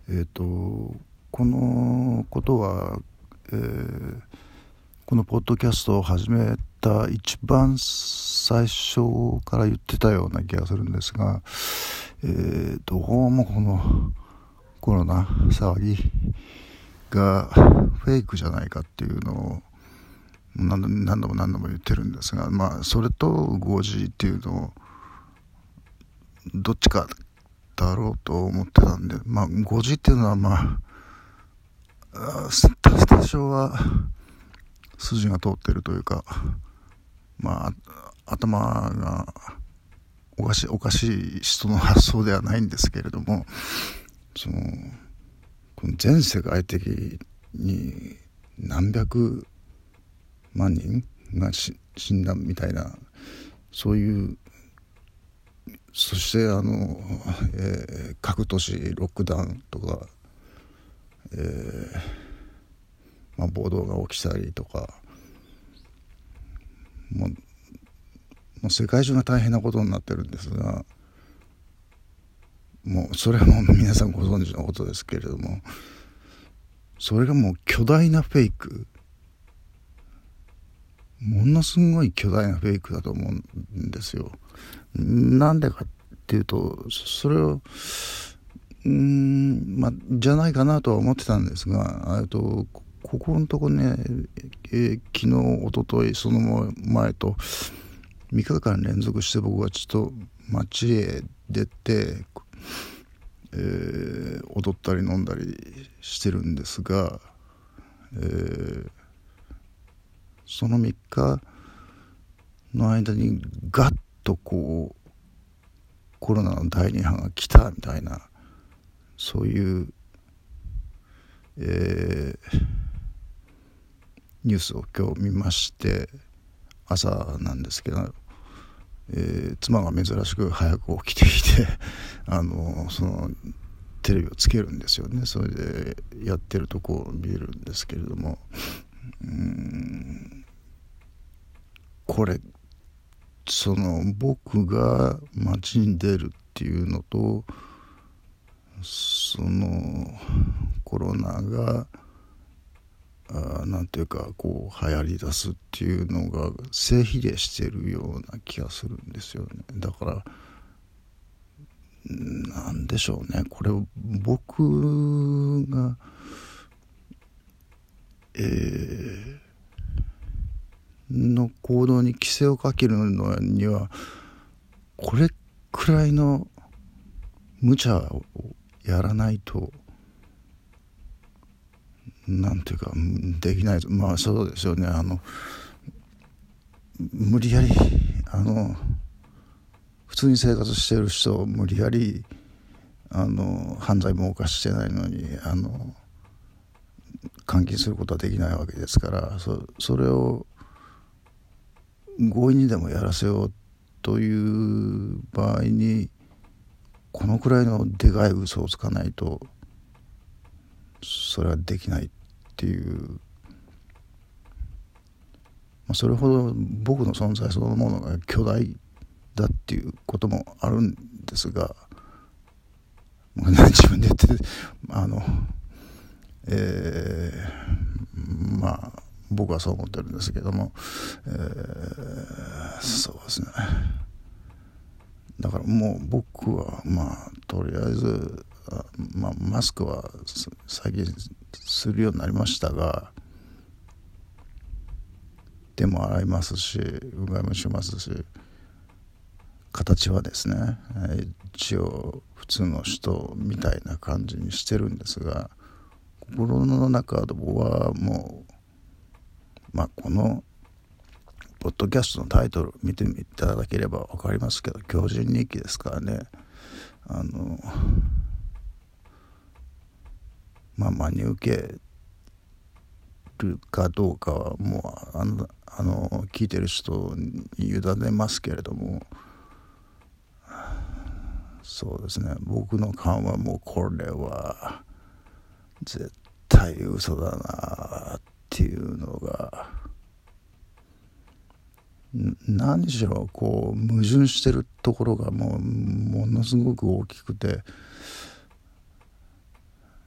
このことは、このポッドキャストを始めた一番最初から言ってたような気がするんですが、どうもこのコロナ騒ぎがフェイクじゃないかっていうのを何度も言ってるんですが、それと 5G っていうのをどっちかだろうと思ってたんで、5G っていうのは多少は筋が通ってるというか、頭がおかしい人の発想ではないんですけれども、この全世界的に何百万人が死んだみたいな、そういう、そして各都市ロックダウンとか、暴動が起きたりとか、もう世界中が大変なことになってるんですが、もうそれはもう皆さんご存知のことですけれども、それがもう巨大なフェイク、ものすごい巨大なフェイクだと思うんですよ。なんでかっていうと、それをじゃないかなとは思ってたんですが、ここのとこね、昨日一昨日その前と3日間連続して僕はちょっと街へ出て、踊ったり飲んだりしてるんですが、その3日の間にガッとこうコロナの第2波が来たみたいな、そういう、ニュースを今日見まして、朝なんですけど、妻が珍しく早く起きてきてそのテレビをつけるんですよね。それでやってるとこを見るんですけれども、これ僕が街に出るっていうのと、そのコロナがなんていうかこう流行り出すっていうのが正比例しているような気がするんですよね。だからなんでしょうね、これを僕がの行動に規制をかけるのには、これくらいの無茶をやらないとなんていうかできない。そうですよね。無理やり普通に生活してる人を無理やり犯罪も犯してないのに監禁することはできないわけですから、それを強引にでもやらせようという場合に、このくらいのでかい嘘をつかないとそれはできないっていう、それほど僕の存在そのものが巨大だっていうこともあるんですが、自分で言って僕はそう思ってるんですけども、そうですね。だからもう僕はとりあえずマスクは最近するようになりましたが、手も洗いますし、うがいもしますし、形はですね、一応普通の人みたいな感じにしてるんですが、心の中で僕はもうこのポッドキャストのタイトル見ていただければ分かりますけど、狂人日記ですからね。真に受けるかどうかはもう聞いてる人に委ねますけれども、そうですね、僕の勘はもうこれは絶対嘘だなっていうのが、何しろこう矛盾してるところがものすごく大きくて、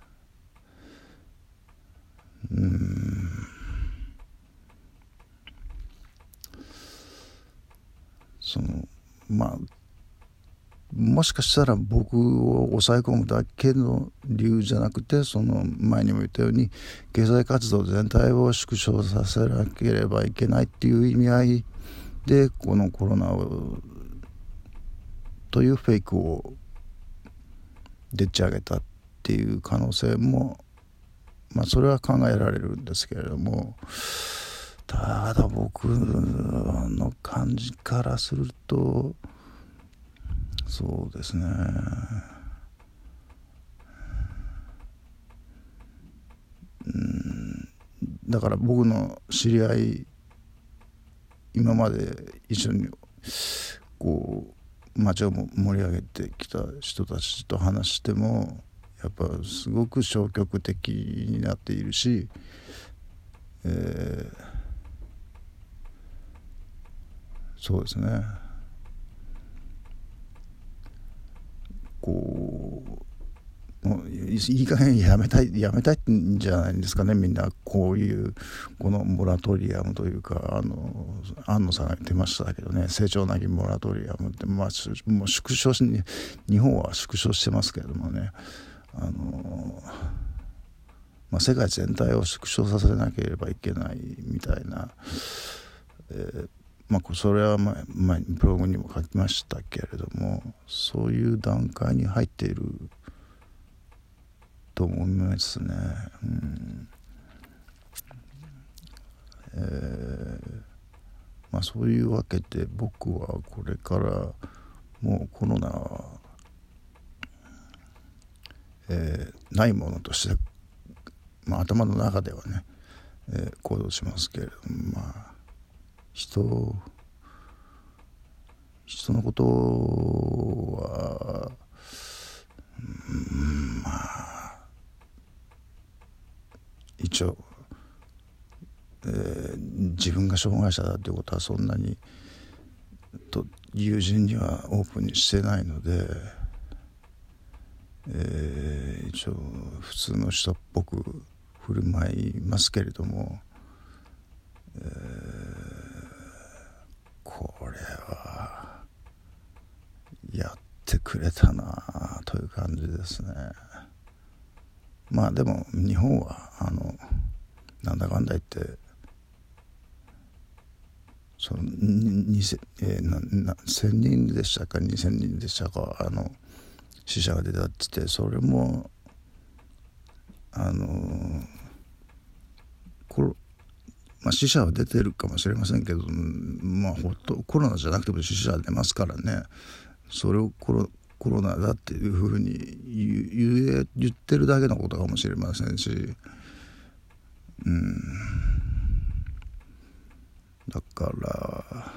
もしかしたら僕を抑え込むだけの理由じゃなくて、その前にも言ったように経済活動全体を縮小させなければいけないっていう意味合いで、このコロナをというフェイクをでっち上げたっていう可能性も、それは考えられるんですけれども、ただ僕の感じからすると、そうですね、だから僕の知り合い、今まで一緒にこう街を盛り上げてきた人たちと話しても、やっぱすごく消極的になっているし、そうですね、こうもういい加減やめたいんじゃないんですかね、みんな。こういうこのモラトリアムというか、安野さんが言ってましたけどね、成長なきモラトリアムって、もう縮小し、日本は縮小してますけれどもね、世界全体を縮小させなければいけないみたいな、それは前にブログにも書きましたけれども、そういう段階に入っていると思いますね。そういうわけで、僕はこれからもうコロナは、ないものとして、頭の中ではね、行動しますけれども、人のことは、一応、自分が障害者だということはそんなにと友人にはオープンにしてないので、一応普通の人っぽく振る舞いますけれども、これはやってくれたなという感じですね。でも日本はなんだかんだ言ってその1000人でしたか2000人でしたか、死者が出たって言って、それも死者は出てるかもしれませんけど、コロナじゃなくても死者は出ますからね。それをコロナだっていうふうに言ってるだけのことかもしれませんし、だから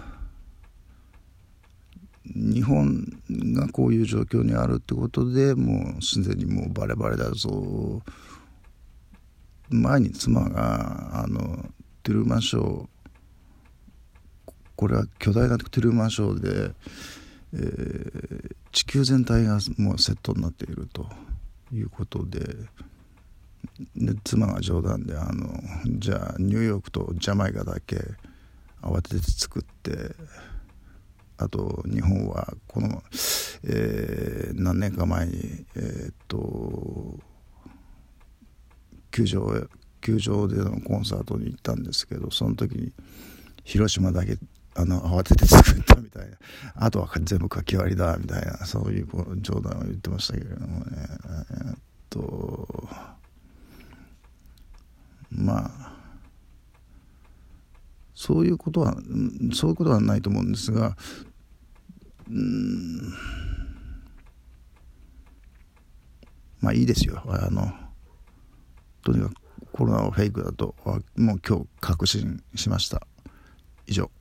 日本がこういう状況にあるってことで、もうすでにもうバレバレだぞ。前に妻がトゥルーマンショー、これは巨大なトゥルーマンショーで、地球全体がもうセットになっているということで、妻が冗談でじゃあニューヨークとジャマイカだけ慌てて作って、あと日本はこの、何年か前に球場でのコンサートに行ったんですけど、その時に広島だけ慌てて作ったみたいな、あとは全部書き割りだみたいな、そういう冗談を言ってましたけれどもね。そういうことはないと思うんですが、いいですよ。とにかくコロナはフェイクだともう今日確信しました。以上。